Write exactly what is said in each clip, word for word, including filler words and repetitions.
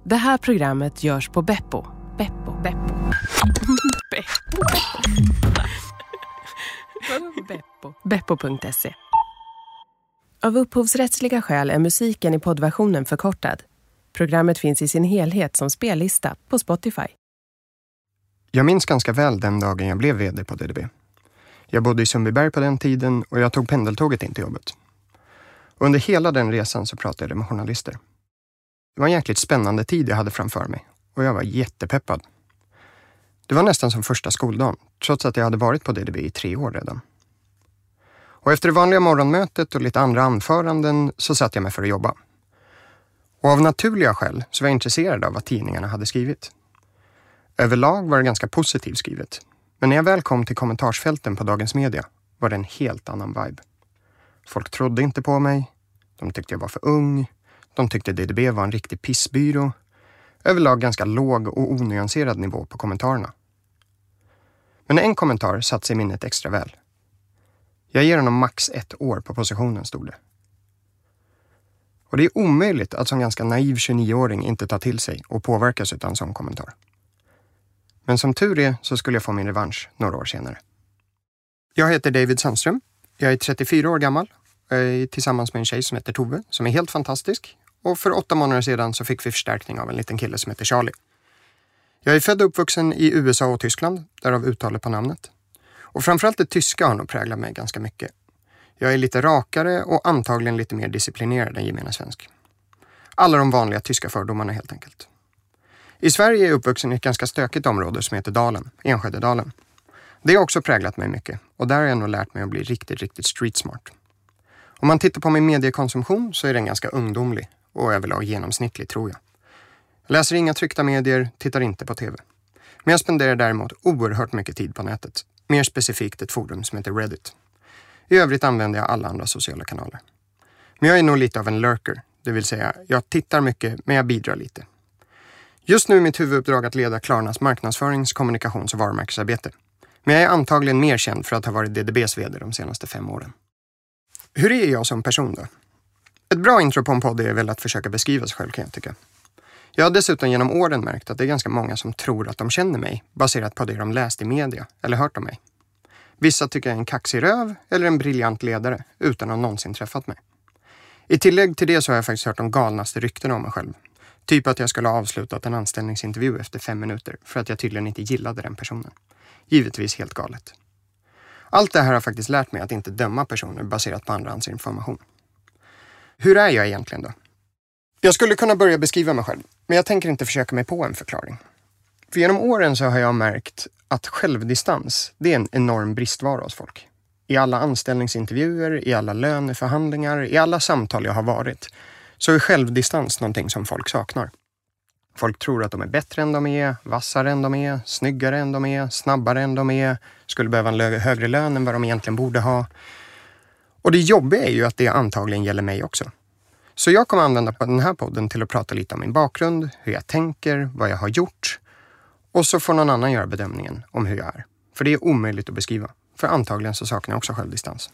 Det här programmet görs på Beppo. Beppo, Beppo. Beppo. Beppo. Beppo punkt se. Av upphovsrättsliga skäl är musiken i poddversionen förkortad. Programmet finns i sin helhet som spellista på Spotify. Jag minns ganska väl den dagen jag blev vd på D D B. Jag bodde i Sundbyberg på den tiden och jag tog pendeltåget in till jobbet. Under hela den resan så pratade jag med journalister. Det var en jäkligt spännande tid jag hade framför mig och jag var jättepeppad. Det var nästan som första skoldagen, trots att jag hade varit på D D B i tre år redan. Och efter det vanliga morgonmötet och lite andra anföranden så satt jag mig för att jobba. Och av naturliga skäl så var jag intresserad av vad tidningarna hade skrivit. Överlag var det ganska positivt skrivet. Men när jag väl kom till kommentarsfälten på Dagens Media var det en helt annan vibe. Folk trodde inte på mig. De tyckte jag var för ung. De tyckte D D B var en riktig pissbyrå. Överlag ganska låg och onyanserad nivå på kommentarerna. Men en kommentar satt sig i minnet extra väl. Jag ger honom max ett år på positionen, stod det. Och det är omöjligt att som ganska naiv tjugonioåring inte ta till sig och påverkas utan en sån kommentar. Men som tur är så skulle jag få min revansch några år senare. Jag heter David Sandström. Jag är trettiofyra år gammal. Jag är tillsammans med en tjej som heter Tove, som är helt fantastisk. Och för åtta månader sedan så fick vi förstärkning av en liten kille som heter Charlie. Jag är född och uppvuxen i U S A och Tyskland, därav uttalet på namnet. Och framförallt det tyska har nog präglat mig ganska mycket. Jag är lite rakare och antagligen lite mer disciplinerad än gemene svensk. Alla de vanliga tyska fördomarna helt enkelt. I Sverige är jag uppvuxen i ett ganska stökigt område som heter Dalen, Enskededalen. Det har också präglat mig mycket och där har jag nog lärt mig att bli riktigt, riktigt street smart. Om man tittar på min mediekonsumtion så är den ganska ungdomlig och överlag genomsnittlig, tror jag. Jag läser inga tryckta medier, tittar inte på tv. Men jag spenderar däremot oerhört mycket tid på nätet. Mer specifikt ett forum som heter Reddit. I övrigt använder jag alla andra sociala kanaler. Men jag är nog lite av en lurker, det vill säga jag tittar mycket men jag bidrar lite. Just nu är mitt huvuduppdrag att leda Klarnas marknadsförings-, kommunikations- och varumärkesarbete. Men jag är antagligen mer känd för att ha varit D D B:s vd de senaste fem åren. Hur är jag som person då? Ett bra intro på en podd är väl att försöka beskriva sig själv, kan jag tycka. Jag har dessutom genom åren märkt att det är ganska många som tror att de känner mig baserat på det de läst i media eller hört om mig. Vissa tycker jag är en kaxig röv eller en briljant ledare utan att någonsin träffat mig. I tillägg till det så har jag faktiskt hört de galnaste rykten om mig själv. Typ att jag skulle ha avslutat en anställningsintervju efter fem minuter för att jag tydligen inte gillade den personen. Givetvis helt galet. Allt det här har faktiskt lärt mig att inte döma personer baserat på andrahands information. Hur är jag egentligen då? Jag skulle kunna börja beskriva mig själv, men jag tänker inte försöka mig på en förklaring. För genom åren så har jag märkt att självdistans, det är en enorm bristvara hos folk. I alla anställningsintervjuer, i alla löneförhandlingar, i alla samtal jag har varit, så är självdistans någonting som folk saknar. Folk tror att de är bättre än de är, vassare än de är, snyggare än de är, snabbare än de är, skulle behöva en lö- högre lön än vad de egentligen borde ha. Och det jobbiga är ju att det antagligen gäller mig också. Så jag kommer använda den här podden till att prata lite om min bakgrund, hur jag tänker, vad jag har gjort. Och så får någon annan göra bedömningen om hur jag är. För det är omöjligt att beskriva. För antagligen så saknar jag också självdistans.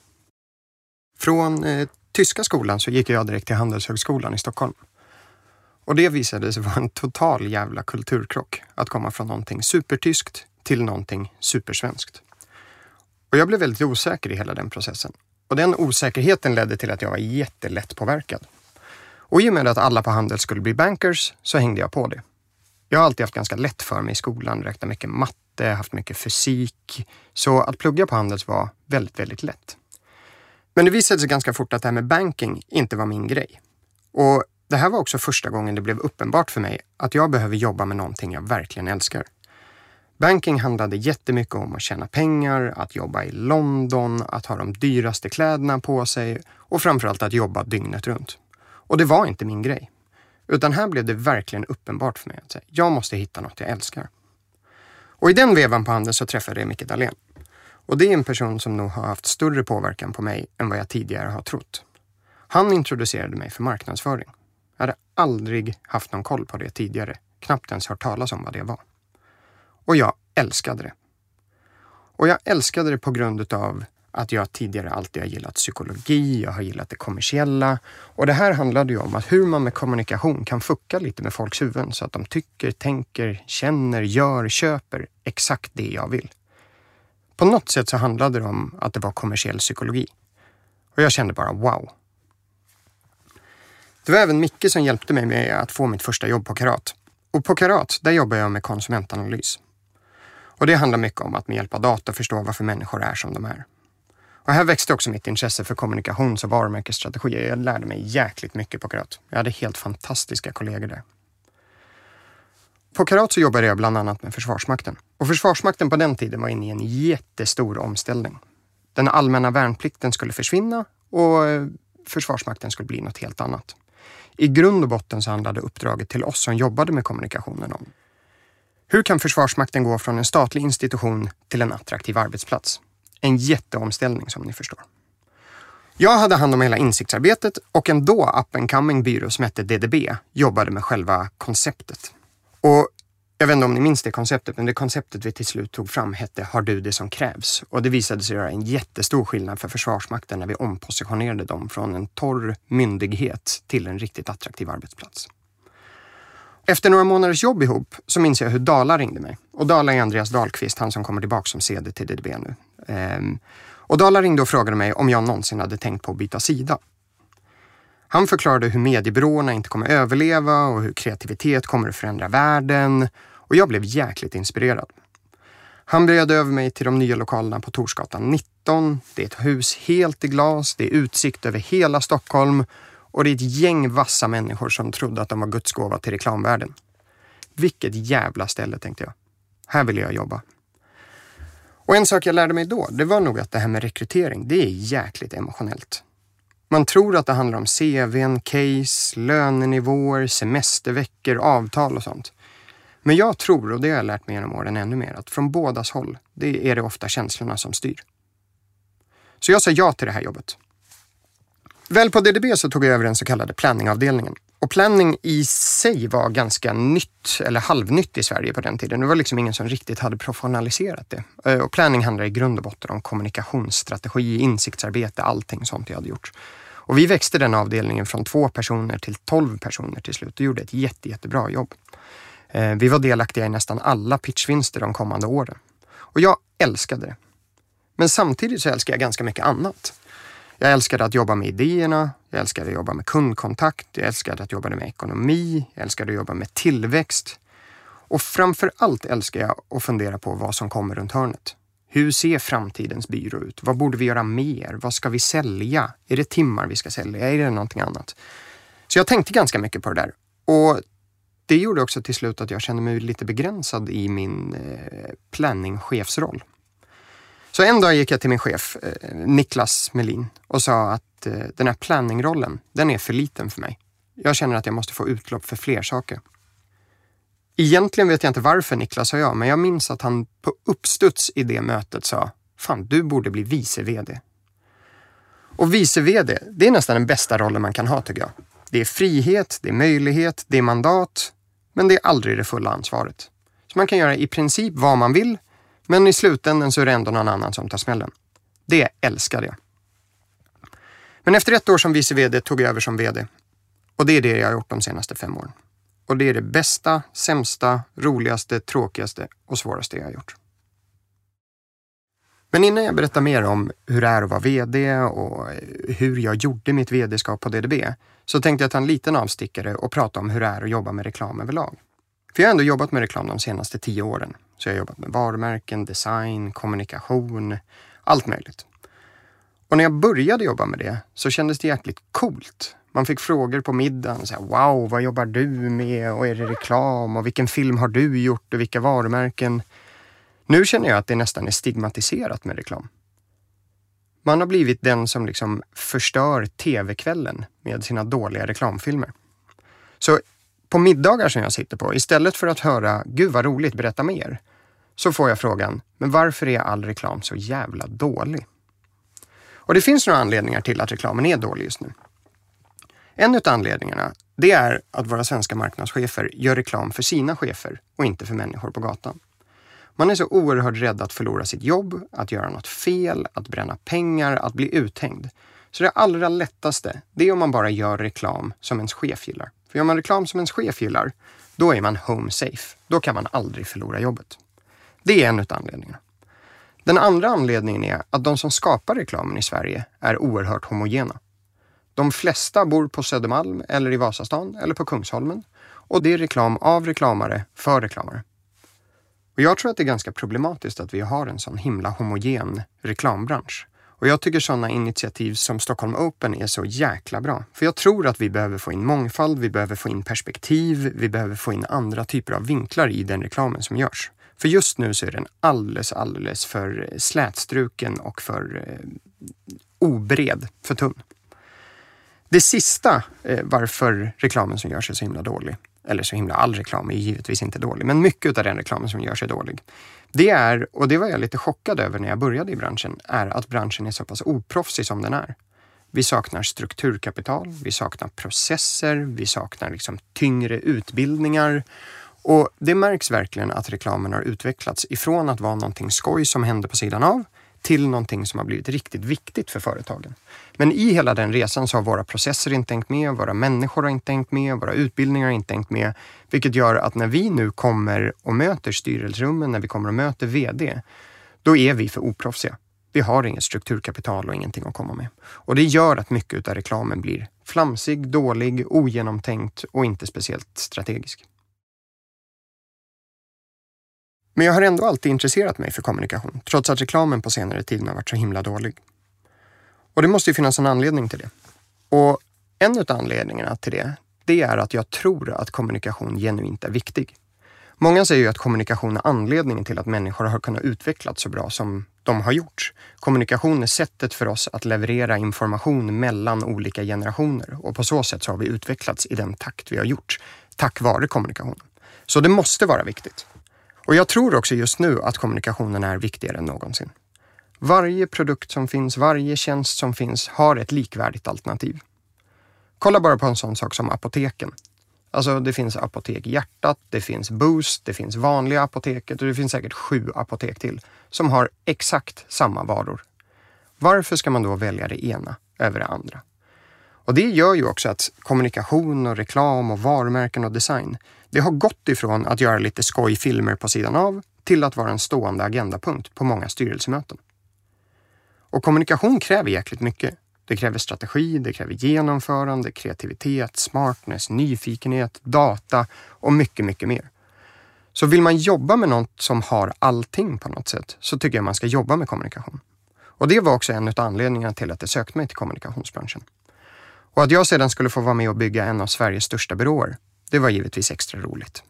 Från eh, tyska skolan så gick jag direkt till Handelshögskolan i Stockholm. Och det visade sig vara en total jävla kulturkrock. Att komma från någonting supertyskt till någonting supersvenskt. Och jag blev väldigt osäker i hela den processen. Och den osäkerheten ledde till att jag var jättelätt påverkad. Och i och med att alla på Handel skulle bli bankers så hängde jag på det. Jag har alltid haft ganska lätt för mig i skolan, räknat mycket matte, haft mycket fysik. Så att plugga på Handels var väldigt, väldigt lätt. Men det visade sig ganska fort att det här med banking inte var min grej. Och det här var också första gången det blev uppenbart för mig att jag behöver jobba med någonting jag verkligen älskar. Banking handlade jättemycket om att tjäna pengar, att jobba i London, att ha de dyraste kläderna på sig och framförallt att jobba dygnet runt. Och det var inte min grej. Utan här blev det verkligen uppenbart för mig att jag måste hitta något jag älskar. Och i den vevan på Handel så träffade jag Micke Dahlén. Och det är en person som nog har haft större påverkan på mig än vad jag tidigare har trott. Han introducerade mig för marknadsföring. Jag hade aldrig haft någon koll på det tidigare. Knappt ens hört talas om vad det var. Och jag älskade det. Och jag älskade det på grund av att jag tidigare alltid har gillat psykologi, jag har gillat det kommersiella. Och det här handlade ju om att hur man med kommunikation kan fucka lite med folks huvuden så att de tycker, tänker, känner, gör, köper exakt det jag vill. På något sätt så handlade det om att det var kommersiell psykologi. Och jag kände bara wow. Det var även Micke som hjälpte mig med att få mitt första jobb på Karat. Och på Karat, där jobbar jag med konsumentanalys. Och det handlar mycket om att med hjälp av data förstå varför människor är som de är. Och här växte också mitt intresse för kommunikations- och varumärkesstrategier. Jag lärde mig jäkligt mycket på Karat. Jag hade helt fantastiska kollegor där. På Karat så jobbade jag bland annat med Försvarsmakten. Och Försvarsmakten på den tiden var inne i en jättestor omställning. Den allmänna värnplikten skulle försvinna och Försvarsmakten skulle bli något helt annat. I grund och botten så handlade uppdraget till oss som jobbade med kommunikationen om: hur kan Försvarsmakten gå från en statlig institution till en attraktiv arbetsplats? En jätteomställning som ni förstår. Jag hade hand om hela insiktsarbetet och en då up-and-coming byrå som hette D D B jobbade med själva konceptet. Och jag vet inte om ni minns det konceptet, men det konceptet vi till slut tog fram hette Har du det som krävs? Och det visade sig göra en jättestor skillnad för Försvarsmakten när vi ompositionerade dem från en torr myndighet till en riktigt attraktiv arbetsplats. Efter några månaders jobb ihop så minns jag hur Dala ringde mig. Och Dala är Andreas Dahlqvist, han som kommer tillbaka som C D till D D B nu. Ehm, och Dala ringde och frågade mig om jag någonsin hade tänkt på att byta sida. Han förklarade hur mediebyråerna inte kommer överleva och hur kreativitet kommer att förändra världen. Och jag blev jäkligt inspirerad. Han bjöd över mig till de nya lokalerna på Torsgatan nitton. Det är ett hus helt i glas, det är utsikt över hela Stockholm. Och det är ett gäng vassa människor som trodde att de var Guds gåva till reklamvärlden. Vilket jävla ställe, tänkte jag. Här vill jag jobba. Och en sak jag lärde mig då, det var nog att det här med rekrytering, det är jäkligt emotionellt. Man tror att det handlar om C V:n, case, lönenivåer, semesterveckor, avtal och sånt. Men jag tror, och det har jag lärt mig genom åren ännu mer, att från bådas håll, det är det ofta känslorna som styr. Så jag sa ja till det här jobbet. Väl på D D B så tog jag över den så kallade planningavdelningen. Och planning i sig var ganska nytt, eller halvnytt i Sverige på den tiden. Det var liksom ingen som riktigt hade professionaliserat det. Och planning handlar i grund och botten om kommunikationsstrategi, insiktsarbete, allting sånt jag hade gjort. Och vi växte den avdelningen från två personer till tolv personer till slut och gjorde ett jätte, jättebra jobb. Vi var delaktiga i nästan alla pitchvinster de kommande åren. Och jag älskade det. Men samtidigt så älskar jag ganska mycket annat. Jag älskade att jobba med idéerna, jag älskade att jobba med kundkontakt, jag älskade att jobba med ekonomi, jag älskade att jobba med tillväxt. Och framför allt älskar jag att fundera på vad som kommer runt hörnet. Hur ser framtidens byrå ut? Vad borde vi göra mer? Vad ska vi sälja? Är det timmar vi ska sälja? Är det någonting annat? Så jag tänkte ganska mycket på det där. Och det gjorde också till slut att jag kände mig lite begränsad i min eh, planning-chefsroll. Så en dag gick jag till min chef, eh, Niklas Melin, och sa att eh, den här planningrollen, den är för liten för mig. Jag känner att jag måste få utlopp för fler saker. Egentligen vet jag inte varför Niklas sa jag, men jag minns att han på uppstuds i det mötet sa: fan, du borde bli vice vd. Och vice vd, det är nästan den bästa rollen man kan ha, tycker jag. Det är frihet, det är möjlighet, det är mandat, men det är aldrig det fulla ansvaret. Så man kan göra i princip vad man vill, men i slutändan så är det ändå någon annan som tar smällen. Det älskade jag. Men efter ett år som vice vd tog jag över som vd. Och det är det jag har gjort de senaste fem åren. Och det är det bästa, sämsta, roligaste, tråkigaste och svåraste jag har gjort. Men innan jag berättar mer om hur det är att vara vd och hur jag gjorde mitt vd-skap på D D B, så tänkte jag ta en liten avstickare och prata om hur det är att jobba med reklam överlag. För jag har ändå jobbat med reklam de senaste tio åren. Så jag har jobbat med varumärken, design, kommunikation, allt möjligt. Och när jag började jobba med det så kändes det jäkligt coolt. Man fick frågor på middagen, så här, wow, vad jobbar du med och är det reklam och vilken film har du gjort och vilka varumärken. Nu känner jag att det nästan är stigmatiserat med reklam. Man har blivit den som liksom förstör tv-kvällen med sina dåliga reklamfilmer. Så på middagar som jag sitter på, istället för att höra gud vad roligt, berätta mer, så får jag frågan, men varför är all reklam så jävla dålig? Och det finns några anledningar till att reklamen är dålig just nu. En av anledningarna, det är att våra svenska marknadschefer gör reklam för sina chefer och inte för människor på gatan. Man är så oerhört rädd att förlora sitt jobb, att göra något fel, att bränna pengar, att bli uthängd. Så det allra lättaste, det är om man bara gör reklam som ens chef gillar. För gör man reklam som ens chef gillar, då är man home safe. Då kan man aldrig förlora jobbet. Det är en av anledningarna. Den andra anledningen är att de som skapar reklamen i Sverige är oerhört homogena. De flesta bor på Södermalm eller i Vasastan eller på Kungsholmen. Och det är reklam av reklamare för reklamare. Och jag tror att det är ganska problematiskt att vi har en sån himla homogen reklambransch. Och jag tycker sådana initiativ som Stockholm Open är så jäkla bra. För jag tror att vi behöver få in mångfald, vi behöver få in perspektiv, vi behöver få in andra typer av vinklar i den reklamen som görs. För just nu så är den alldeles, alldeles för slätstruken och för eh, obred, för tunn. Det sista eh, varför reklamen som görs är så himla dålig, eller så himla all reklam är givetvis inte dålig, men mycket av den reklamen som görs är dålig. Det är, och det var jag lite chockad över när jag började i branschen, är att branschen är så pass oproffsig som den är. Vi saknar strukturkapital, vi saknar processer, vi saknar liksom tyngre utbildningar. Och det märks verkligen att reklamen har utvecklats ifrån att vara någonting skoj som händer på sidan av till någonting som har blivit riktigt viktigt för företagen. Men i hela den resan så har våra processer inte hängt med, våra människor har inte hängt med, våra utbildningar har inte hängt med. Vilket gör att när vi nu kommer och möter styrelserummen, när vi kommer och möter vd, då är vi för oproffsiga. Vi har inget strukturkapital och ingenting att komma med. Och det gör att mycket av reklamen blir flamsig, dålig, ogenomtänkt och inte speciellt strategisk. Men jag har ändå alltid intresserat mig för kommunikation, trots att reklamen på senare tid har varit så himla dålig. Och det måste ju finnas en anledning till det. Och en av anledningarna till det, det är att jag tror att kommunikation genuint är viktig. Många säger ju att kommunikation är anledningen till att människor har kunnat utvecklas så bra som de har gjort. Kommunikation är sättet för oss att leverera information mellan olika generationer. Och på så sätt så har vi utvecklats i den takt vi har gjort, tack vare kommunikationen. Så det måste vara viktigt. Och jag tror också just nu att kommunikationen är viktigare än någonsin. Varje produkt som finns, varje tjänst som finns har ett likvärdigt alternativ. Kolla bara på en sån sak som apoteken. Alltså det finns apotek Hjärtat, det finns Boost, det finns vanliga apoteket och det finns säkert sju apotek till som har exakt samma varor. Varför ska man då välja det ena över det andra? Och det gör ju också att kommunikation och reklam och varumärken och design, det har gått ifrån att göra lite skojfilmer på sidan av till att vara en stående agendapunkt på många styrelsemöten. Och kommunikation kräver jäkligt mycket. Det kräver strategi, det kräver genomförande, kreativitet, smartness, nyfikenhet, data och mycket, mycket mer. Så vill man jobba med något som har allting på något sätt så tycker jag man ska jobba med kommunikation. Och det var också en av anledningarna till att jag sökte mig till kommunikationsbranschen. Och att jag sedan skulle få vara med och bygga en av Sveriges största byråer, det var givetvis extra roligt.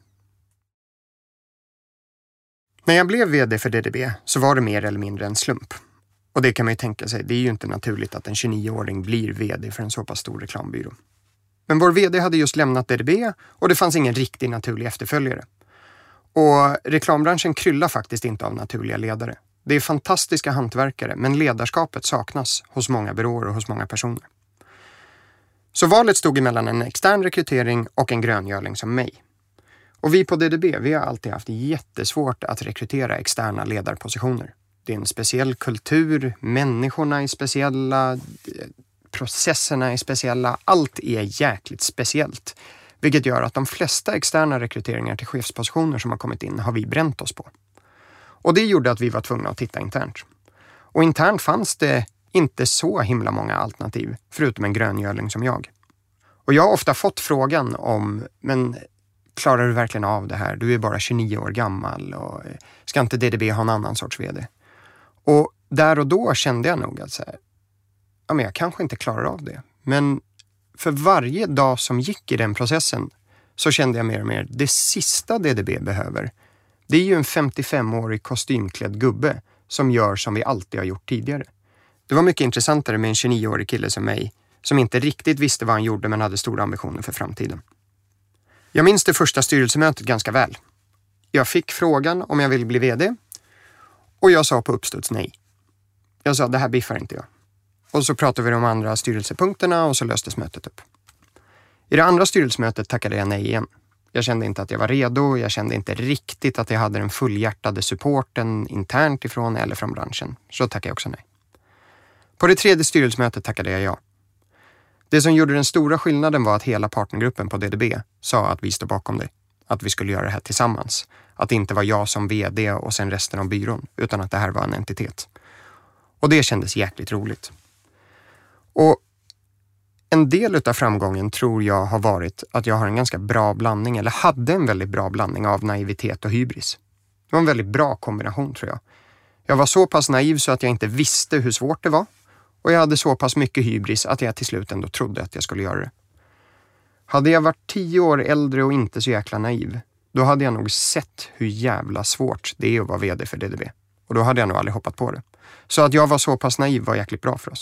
När jag blev vd för D D B så var det mer eller mindre en slump. Och det kan man ju tänka sig, det är ju inte naturligt att en tjugonioåring blir vd för en så pass stor reklambyrå. Men vår vd hade just lämnat D D B och det fanns ingen riktig naturlig efterföljare. Och reklambranschen kryllar faktiskt inte av naturliga ledare. Det är fantastiska hantverkare, men ledarskapet saknas hos många byråer och hos många personer. Så valet stod emellan en extern rekrytering och en gröngöling som mig. Och vi på D D B, vi har alltid haft jättesvårt att rekrytera externa ledarpositioner. Det är en speciell kultur, människorna är speciella, processerna är speciella, allt är jäkligt speciellt. Vilket gör att de flesta externa rekryteringar till chefspositioner som har kommit in har vi bränt oss på. Och det gjorde att vi var tvungna att titta internt. Och internt fanns det inte så himla många alternativ, förutom en gröngöling som jag. Och jag har ofta fått frågan om, men klarar du verkligen av det här? Du är bara tjugonio år gammal och ska inte D D B ha en annan sorts vd? Och där och då kände jag nog att så här, ja, men jag kanske inte klarar av det. Men för varje dag som gick i den processen så kände jag mer och mer, det sista D D B behöver, det är ju en femtiofemårig kostymklädd gubbe som gör som vi alltid har gjort tidigare. Det var mycket intressantare med en tjugonioårig kille som mig, som inte riktigt visste vad han gjorde men hade stora ambitioner för framtiden. Jag minns det första styrelsemötet ganska väl. Jag fick frågan om jag ville bli vd och jag sa på uppstuds nej. Jag sa, det här biffar inte jag. Och så pratade vi om andra styrelsepunkterna och så löstes mötet upp. I det andra styrelsemötet tackade jag nej igen. Jag kände inte att jag var redo. Jag kände inte riktigt att jag hade den fullhjärtade supporten internt ifrån eller från branschen. Så tackade jag också nej. På det tredje styrelsemötet tackade jag ja. Det som gjorde den stora skillnaden var att hela partnergruppen på D D B sa att vi står bakom det. Att vi skulle göra det här tillsammans. Att det inte var jag som vd och sen resten av byrån, utan att det här var en entitet. Och det kändes jäkligt roligt. Och en del av framgången tror jag har varit att jag har en ganska bra blandning, eller hade en väldigt bra blandning av naivitet och hybris. Det var en väldigt bra kombination tror jag. Jag var så pass naiv så att jag inte visste hur svårt det var. Och jag hade så pass mycket hybris att jag till slut ändå trodde att jag skulle göra det. Hade jag varit tio år äldre och inte så jäkla naiv, då hade jag nog sett hur jävla svårt det är att vara vd för D D B. Och då hade jag nog aldrig hoppat på det. Så att jag var så pass naiv var jäkligt bra för oss.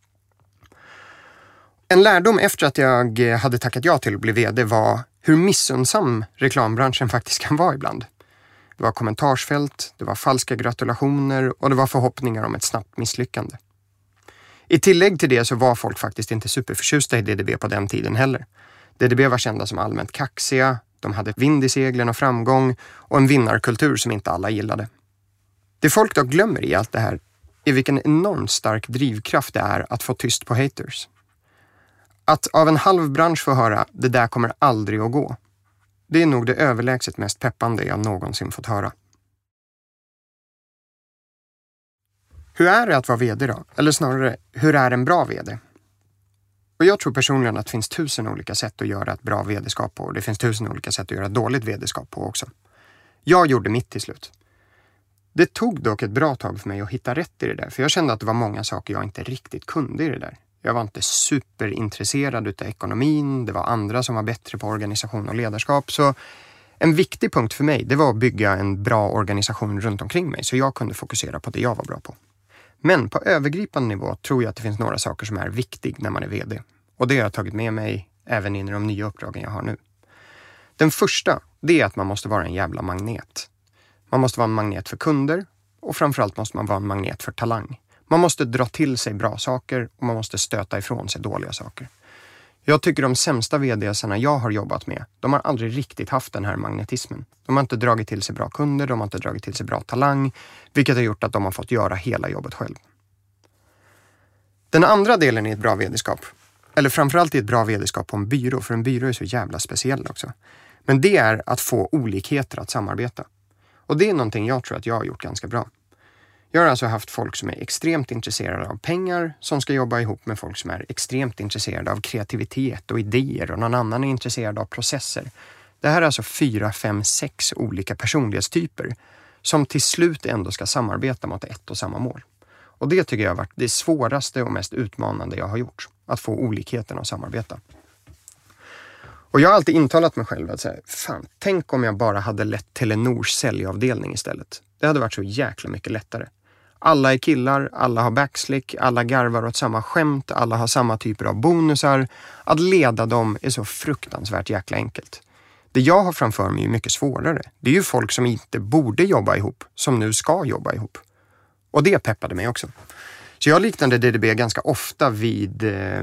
En lärdom efter att jag hade tackat ja till att bli vd var hur missunnsam reklambranschen faktiskt kan vara ibland. Det var kommentarsfält, det var falska gratulationer och det var förhoppningar om ett snabbt misslyckande. I tillägg till det så var folk faktiskt inte superförtjusta i D D B på den tiden heller. D D B var kända som allmänt kaxiga, de hade vind i seglen och framgång och en vinnarkultur som inte alla gillade. Det folk dock glömmer i allt det här är vilken enormt stark drivkraft det är att få tyst på haters. Att av en halv bransch få höra det där kommer aldrig att gå. Det är nog det överlägset mest peppande jag någonsin fått höra. Hur är det att vara vd då? Eller snarare, hur är en bra vd? Och jag tror personligen att det finns tusen olika sätt att göra ett bra vdskap på. Och det finns tusen olika sätt att göra ett dåligt vdskap på också. Jag gjorde mitt till slut. Det tog dock ett bra tag för mig att hitta rätt i det där. För jag kände att det var många saker jag inte riktigt kunde i det där. Jag var inte superintresserad utav ekonomin. Det var andra som var bättre på organisation och ledarskap. Så en viktig punkt för mig, det var att bygga en bra organisation runt omkring mig. Så jag kunde fokusera på det jag var bra på. Men på övergripande nivå tror jag att det finns några saker som är viktiga när man är vd. Och det har jag tagit med mig även in i de nya uppdragen jag har nu. Den första, det är att man måste vara en jävla magnet. Man måste vara en magnet för kunder och framförallt måste man vara en magnet för talang. Man måste dra till sig bra saker och man måste stöta ifrån sig dåliga saker. Jag tycker de sämsta vdsarna jag har jobbat med, de har aldrig riktigt haft den här magnetismen. De har inte dragit till sig bra kunder, de har inte dragit till sig bra talang, vilket har gjort att de har fått göra hela jobbet själv. Den andra delen i ett bra vdskap, eller framförallt i ett bra vdskap på en byrå, för en byrå är så jävla speciell också. Men det är att få olikheter att samarbeta. Och det är någonting jag tror att jag har gjort ganska bra. Jag har alltså haft folk som är extremt intresserade av pengar som ska jobba ihop med folk som är extremt intresserade av kreativitet och idéer och någon annan är intresserad av processer. Det här är alltså fyra, fem, sex olika personlighetstyper som till slut ändå ska samarbeta mot ett och samma mål. Och det tycker jag har varit det svåraste och mest utmanande jag har gjort. Att få olikheterna att samarbeta. Och jag har alltid intalat mig själv att säga, fan, tänk om jag bara hade lett Telenors säljavdelning istället. Det hade varit så jäkla mycket lättare. Alla är killar, alla har backslick, alla garvar åt samma skämt, alla har samma typer av bonusar. Att leda dem är så fruktansvärt jäkla enkelt. Det jag har framför mig är mycket svårare. Det är ju folk som inte borde jobba ihop, som nu ska jobba ihop. Och det peppade mig också. Så jag liknade D D B ganska ofta vid, eh,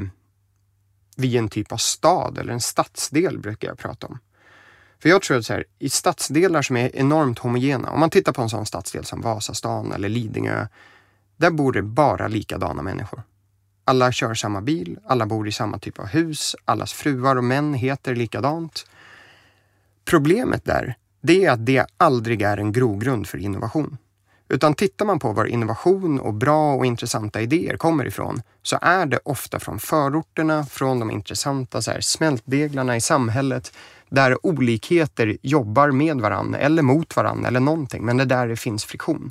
vid en typ av stad eller en stadsdel brukar jag prata om. För jag tror att så här, i stadsdelar som är enormt homogena, om man tittar på en sån stadsdel som Vasastan eller Lidingö, där bor det bara likadana människor. Alla kör samma bil, alla bor i samma typ av hus, allas fruar och män heter likadant. Problemet där, det är att det aldrig är en grogrund för innovation. Utan tittar man på var innovation och bra och intressanta idéer kommer ifrån, så är det ofta från förorterna, från de intressanta så här, smältdeglarna i samhället, där olikheter jobbar med varandra eller mot varandra eller någonting, men det där det finns friktion.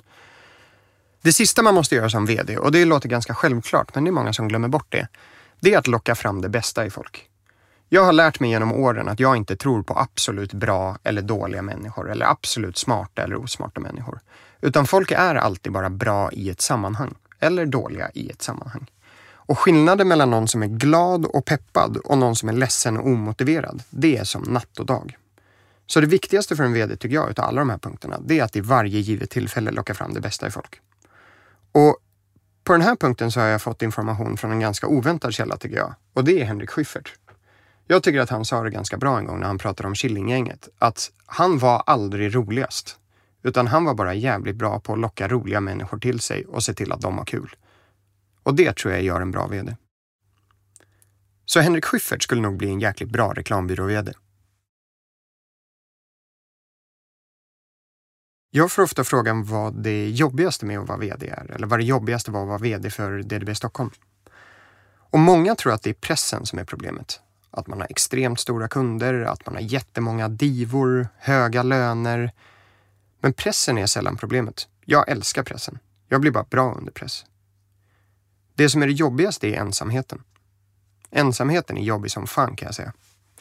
Det sista man måste göra som vd, och det låter ganska självklart, men det är många som glömmer bort det, det är att locka fram det bästa i folk. Jag har lärt mig genom åren att jag inte tror på absolut bra eller dåliga människor, eller absolut smarta eller osmarta människor. Utan folk är alltid bara bra i ett sammanhang, eller dåliga i ett sammanhang. Och skillnaden mellan någon som är glad och peppad och någon som är ledsen och omotiverad, det är som natt och dag. Så det viktigaste för en vd tycker jag utav alla de här punkterna, det är att i varje givet tillfälle locka fram det bästa i folk. Och på den här punkten så har jag fått information från en ganska oväntad källa tycker jag. Och det är Henrik Schyffert. Jag tycker att han sa det ganska bra en gång när han pratade om Killinggänget. Att han var aldrig roligast. Utan han var bara jävligt bra på att locka roliga människor till sig och se till att de har kul. Och det tror jag gör en bra vd. Så Henrik Schyffert skulle nog bli en jäkligt bra reklambyrå-vd. Jag får ofta frågan vad det jobbigaste med att vara vd är. Eller vad det jobbigaste var att vara vd för D D B Stockholm. Och många tror att det är pressen som är problemet. Att man har extremt stora kunder, att man har jättemånga divor, höga löner. Men pressen är sällan problemet. Jag älskar pressen. Jag blir bara bra under press. Det som är det jobbigaste är ensamheten. Ensamheten är jobbig som fan kan jag säga.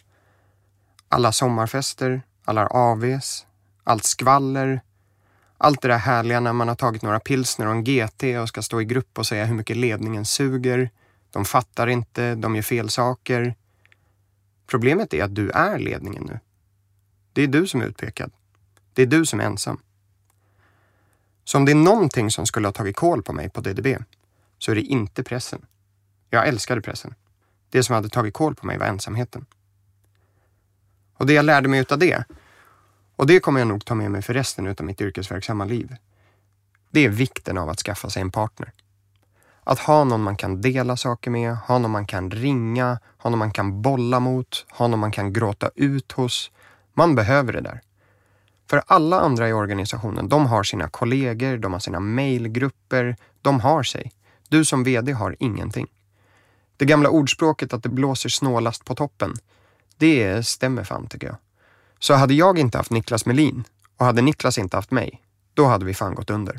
Alla sommarfester, alla A Vs, allt skvaller, allt det där härliga när man har tagit några pilsner och en G T och ska stå i grupp och säga hur mycket ledningen suger. De fattar inte, de gör fel saker. Problemet är att du är ledningen nu. Det är du som är utpekad. Det är du som är ensam. Så om det är någonting som skulle ha tagit kål på mig på D D B så är det inte pressen. Jag älskade pressen. Det som hade tagit kål på mig var ensamheten. Och det jag lärde mig utav det, och det kommer jag nog ta med mig för resten utav mitt yrkesverksamma liv, det är vikten av att skaffa sig en partner. Att ha någon man kan dela saker med, ha någon man kan ringa, ha någon man kan bolla mot, ha någon man kan gråta ut hos. Man behöver det där. För alla andra i organisationen, de har sina kollegor, de har sina mailgrupper, de har sig. Du som vd har ingenting. Det gamla ordspråket att det blåser snålast på toppen, det stämmer fan tycker jag. Så hade jag inte haft Niklas Melin och hade Niklas inte haft mig, då hade vi fan gått under.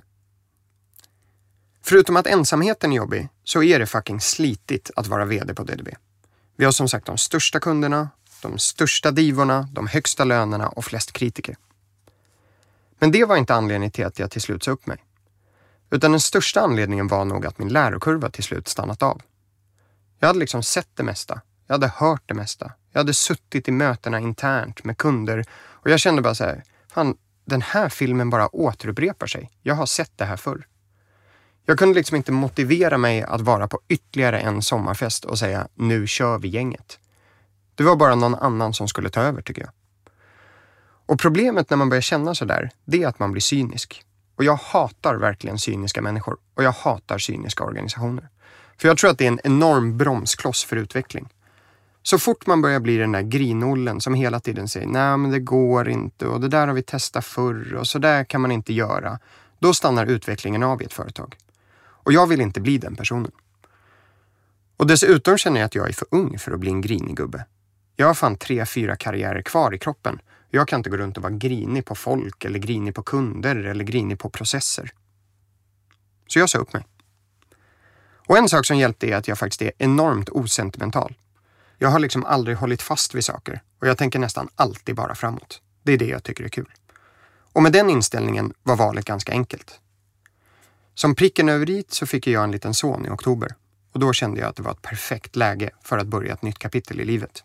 Förutom att ensamheten är jobbig så är det fucking slitigt att vara vd på D D B. Vi har som sagt de största kunderna, de största divorna, de högsta lönerna och flest kritiker. Men det var inte anledningen till att jag till slut sa upp mig. Utan den största anledningen var nog att min lärokurva till slut stannat av. Jag hade liksom sett det mesta. Jag hade hört det mesta. Jag hade suttit i mötena internt med kunder och jag kände bara så här, fan, den här filmen bara återupprepar sig. Jag har sett det här förr. Jag kunde liksom inte motivera mig att vara på ytterligare en sommarfest och säga, nu kör vi gänget. Det var bara någon annan som skulle ta över tycker jag. Och problemet när man börjar känna så där, det är att man blir cynisk. Och jag hatar verkligen cyniska människor. Och jag hatar cyniska organisationer. För jag tror att det är en enorm bromskloss för utveckling. Så fort man börjar bli den där grinollen som hela tiden säger, nej men det går inte och det där har vi testat förr och så där kan man inte göra. Då stannar utvecklingen av i ett företag. Och jag vill inte bli den personen. Och dessutom känner jag att jag är för ung för att bli en grinig gubbe. Jag har fan tre, fyra karriärer kvar i kroppen. Jag kan inte gå runt och vara grinig på folk eller grinig på kunder eller grinig på processer. Så jag sa upp mig. Och en sak som hjälpte är att jag faktiskt är enormt osentimental. Jag har liksom aldrig hållit fast vid saker och jag tänker nästan alltid bara framåt. Det är det jag tycker är kul. Och med den inställningen var valet ganska enkelt. Som pricken över dit så fick jag en liten son i oktober och då kände jag att det var ett perfekt läge för att börja ett nytt kapitel i livet.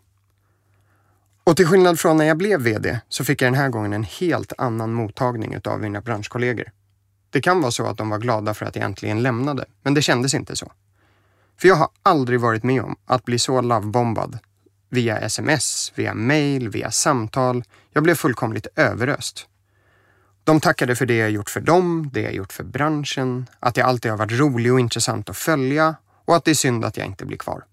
Och till skillnad från när jag blev vd så fick jag den här gången en helt annan mottagning av mina branschkollegor. Det kan vara så att de var glada för att jag äntligen lämnade, men det kändes inte så. För jag har aldrig varit med om att bli så lovebombad via sms, via mail, via samtal. Jag blev fullkomligt överöst. De tackade för det jag gjort för dem, det jag gjort för branschen, att jag alltid har varit rolig och intressant att följa och att det är synd att jag inte blir kvar.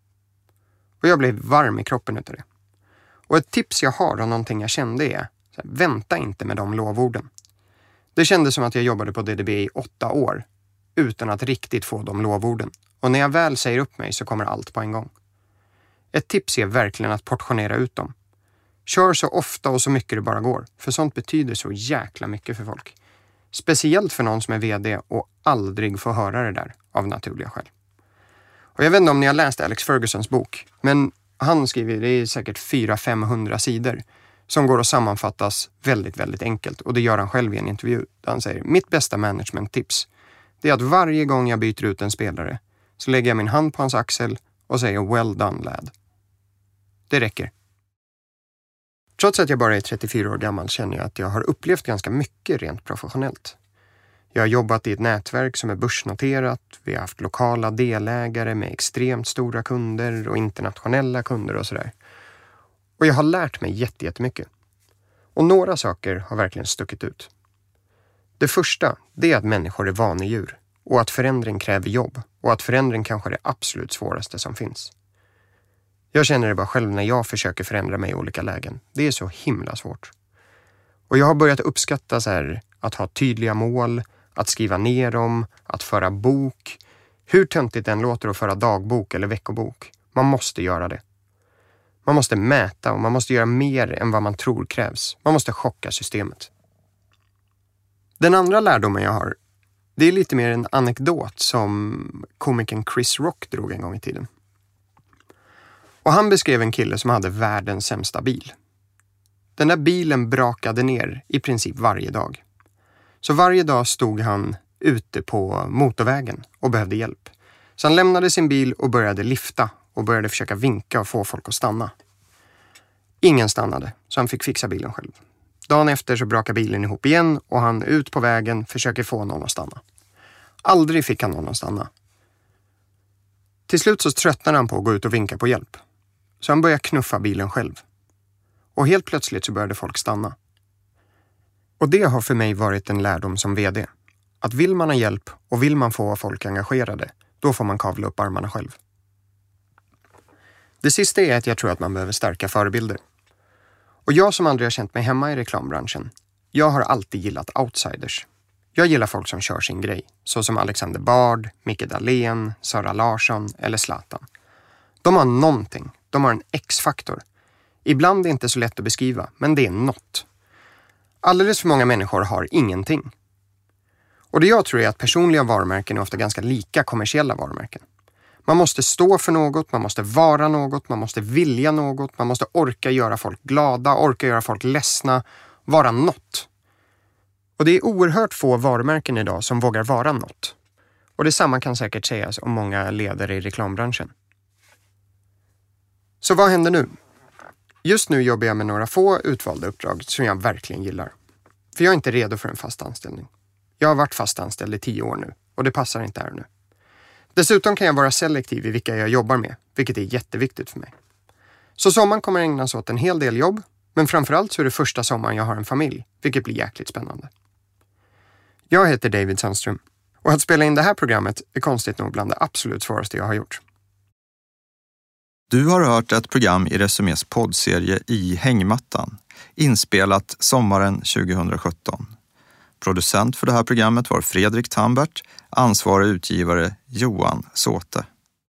Och jag blev varm i kroppen utav det. Och ett tips jag har och någonting jag kände är, så här, vänta inte med de lovorden. Det kändes som att jag jobbade på D D B i åtta år utan att riktigt få de lovorden. Och när jag väl säger upp mig så kommer allt på en gång. Ett tips är verkligen att portionera ut dem. Kör så ofta och så mycket det bara går, för sånt betyder så jäkla mycket för folk. Speciellt för någon som är vd och aldrig får höra det där av naturliga skäl. Och jag vet inte om ni har läst Alex Fergusons bok, men han skriver, det är säkert fyra till femhundra sidor som går att sammanfattas väldigt, väldigt enkelt. Och det gör han själv i en intervju. Där han säger, mitt bästa management-tips det är att varje gång jag byter ut en spelare så lägger jag min hand på hans axel och säger well done lad. Det räcker. Trots att jag bara är trettiofyra år gammal känner jag att jag har upplevt ganska mycket rent professionellt. Jag har jobbat i ett nätverk som är börsnoterat. Vi har haft lokala delägare med extremt stora kunder och internationella kunder och sådär. Och jag har lärt mig jätte, jättemycket. Och några saker har verkligen stuckit ut. Det första, det är att människor är vanedjur. Och att förändring kräver jobb. Och att förändring kanske är det absolut svåraste som finns. Jag känner det bara själv när jag försöker förändra mig i olika lägen. Det är så himla svårt. Och jag har börjat uppskatta så här, att ha tydliga mål, att skriva ner dem, att föra bok. Hur töntigt den låter att föra dagbok eller veckobok. Man måste göra det. Man måste mäta och man måste göra mer än vad man tror krävs. Man måste chocka systemet. Den andra lärdomen jag har, det är lite mer en anekdot som komikern Chris Rock drog en gång i tiden. Och han beskrev en kille som hade världens sämsta bil. Den där bilen brakade ner i princip varje dag. Så varje dag stod han ute på motorvägen och behövde hjälp. Så han lämnade sin bil och började lifta och började försöka vinka och få folk att stanna. Ingen stannade, så han fick fixa bilen själv. Dagen efter så brakade bilen ihop igen och han ut på vägen försöker få någon att stanna. Aldrig fick han någon att stanna. Till slut så tröttnade han på att gå ut och vinka på hjälp. Så han började knuffa bilen själv. Och helt plötsligt så började folk stanna. Och det har för mig varit en lärdom som vd. Att vill man ha hjälp och vill man få folk engagerade, då får man kavla upp armarna själv. Det sista är att jag tror att man behöver starka förebilder. Och jag som aldrig har känt mig hemma i reklambranschen, jag har alltid gillat outsiders. Jag gillar folk som kör sin grej, så som Alexander Bard, Micke Dahlén, Sara Larsson eller Zlatan. De har någonting, de har en X-faktor. Ibland är det inte så lätt att beskriva, men det är något. Alldeles för många människor har ingenting. Och det jag tror är att personliga varumärken är ofta ganska lika kommersiella varumärken. Man måste stå för något, man måste vara något, man måste vilja något, man måste orka göra folk glada, orka göra folk ledsna, vara något. Och det är oerhört få varumärken idag som vågar vara något. Och detsamma kan säkert sägas om många ledare i reklambranschen. Så vad händer nu? Just nu jobbar jag med några få utvalda uppdrag som jag verkligen gillar. För jag är inte redo för en fast anställning. Jag har varit fast anställd i tio år nu och det passar inte här nu. Dessutom kan jag vara selektiv i vilka jag jobbar med, vilket är jätteviktigt för mig. Så sommaren kommer ägnas åt en hel del jobb, men framförallt så är det första sommaren jag har en familj, vilket blir jäkligt spännande. Jag heter David Sandström och att spela in det här programmet är konstigt nog bland det absolut svåraste jag har gjort. Du har hört ett program i Resumés poddserie I hängmattan, inspelat sommaren tjugohundrasjutton. Producent för det här programmet var Fredrik Tambert, ansvarig utgivare Johan Såte.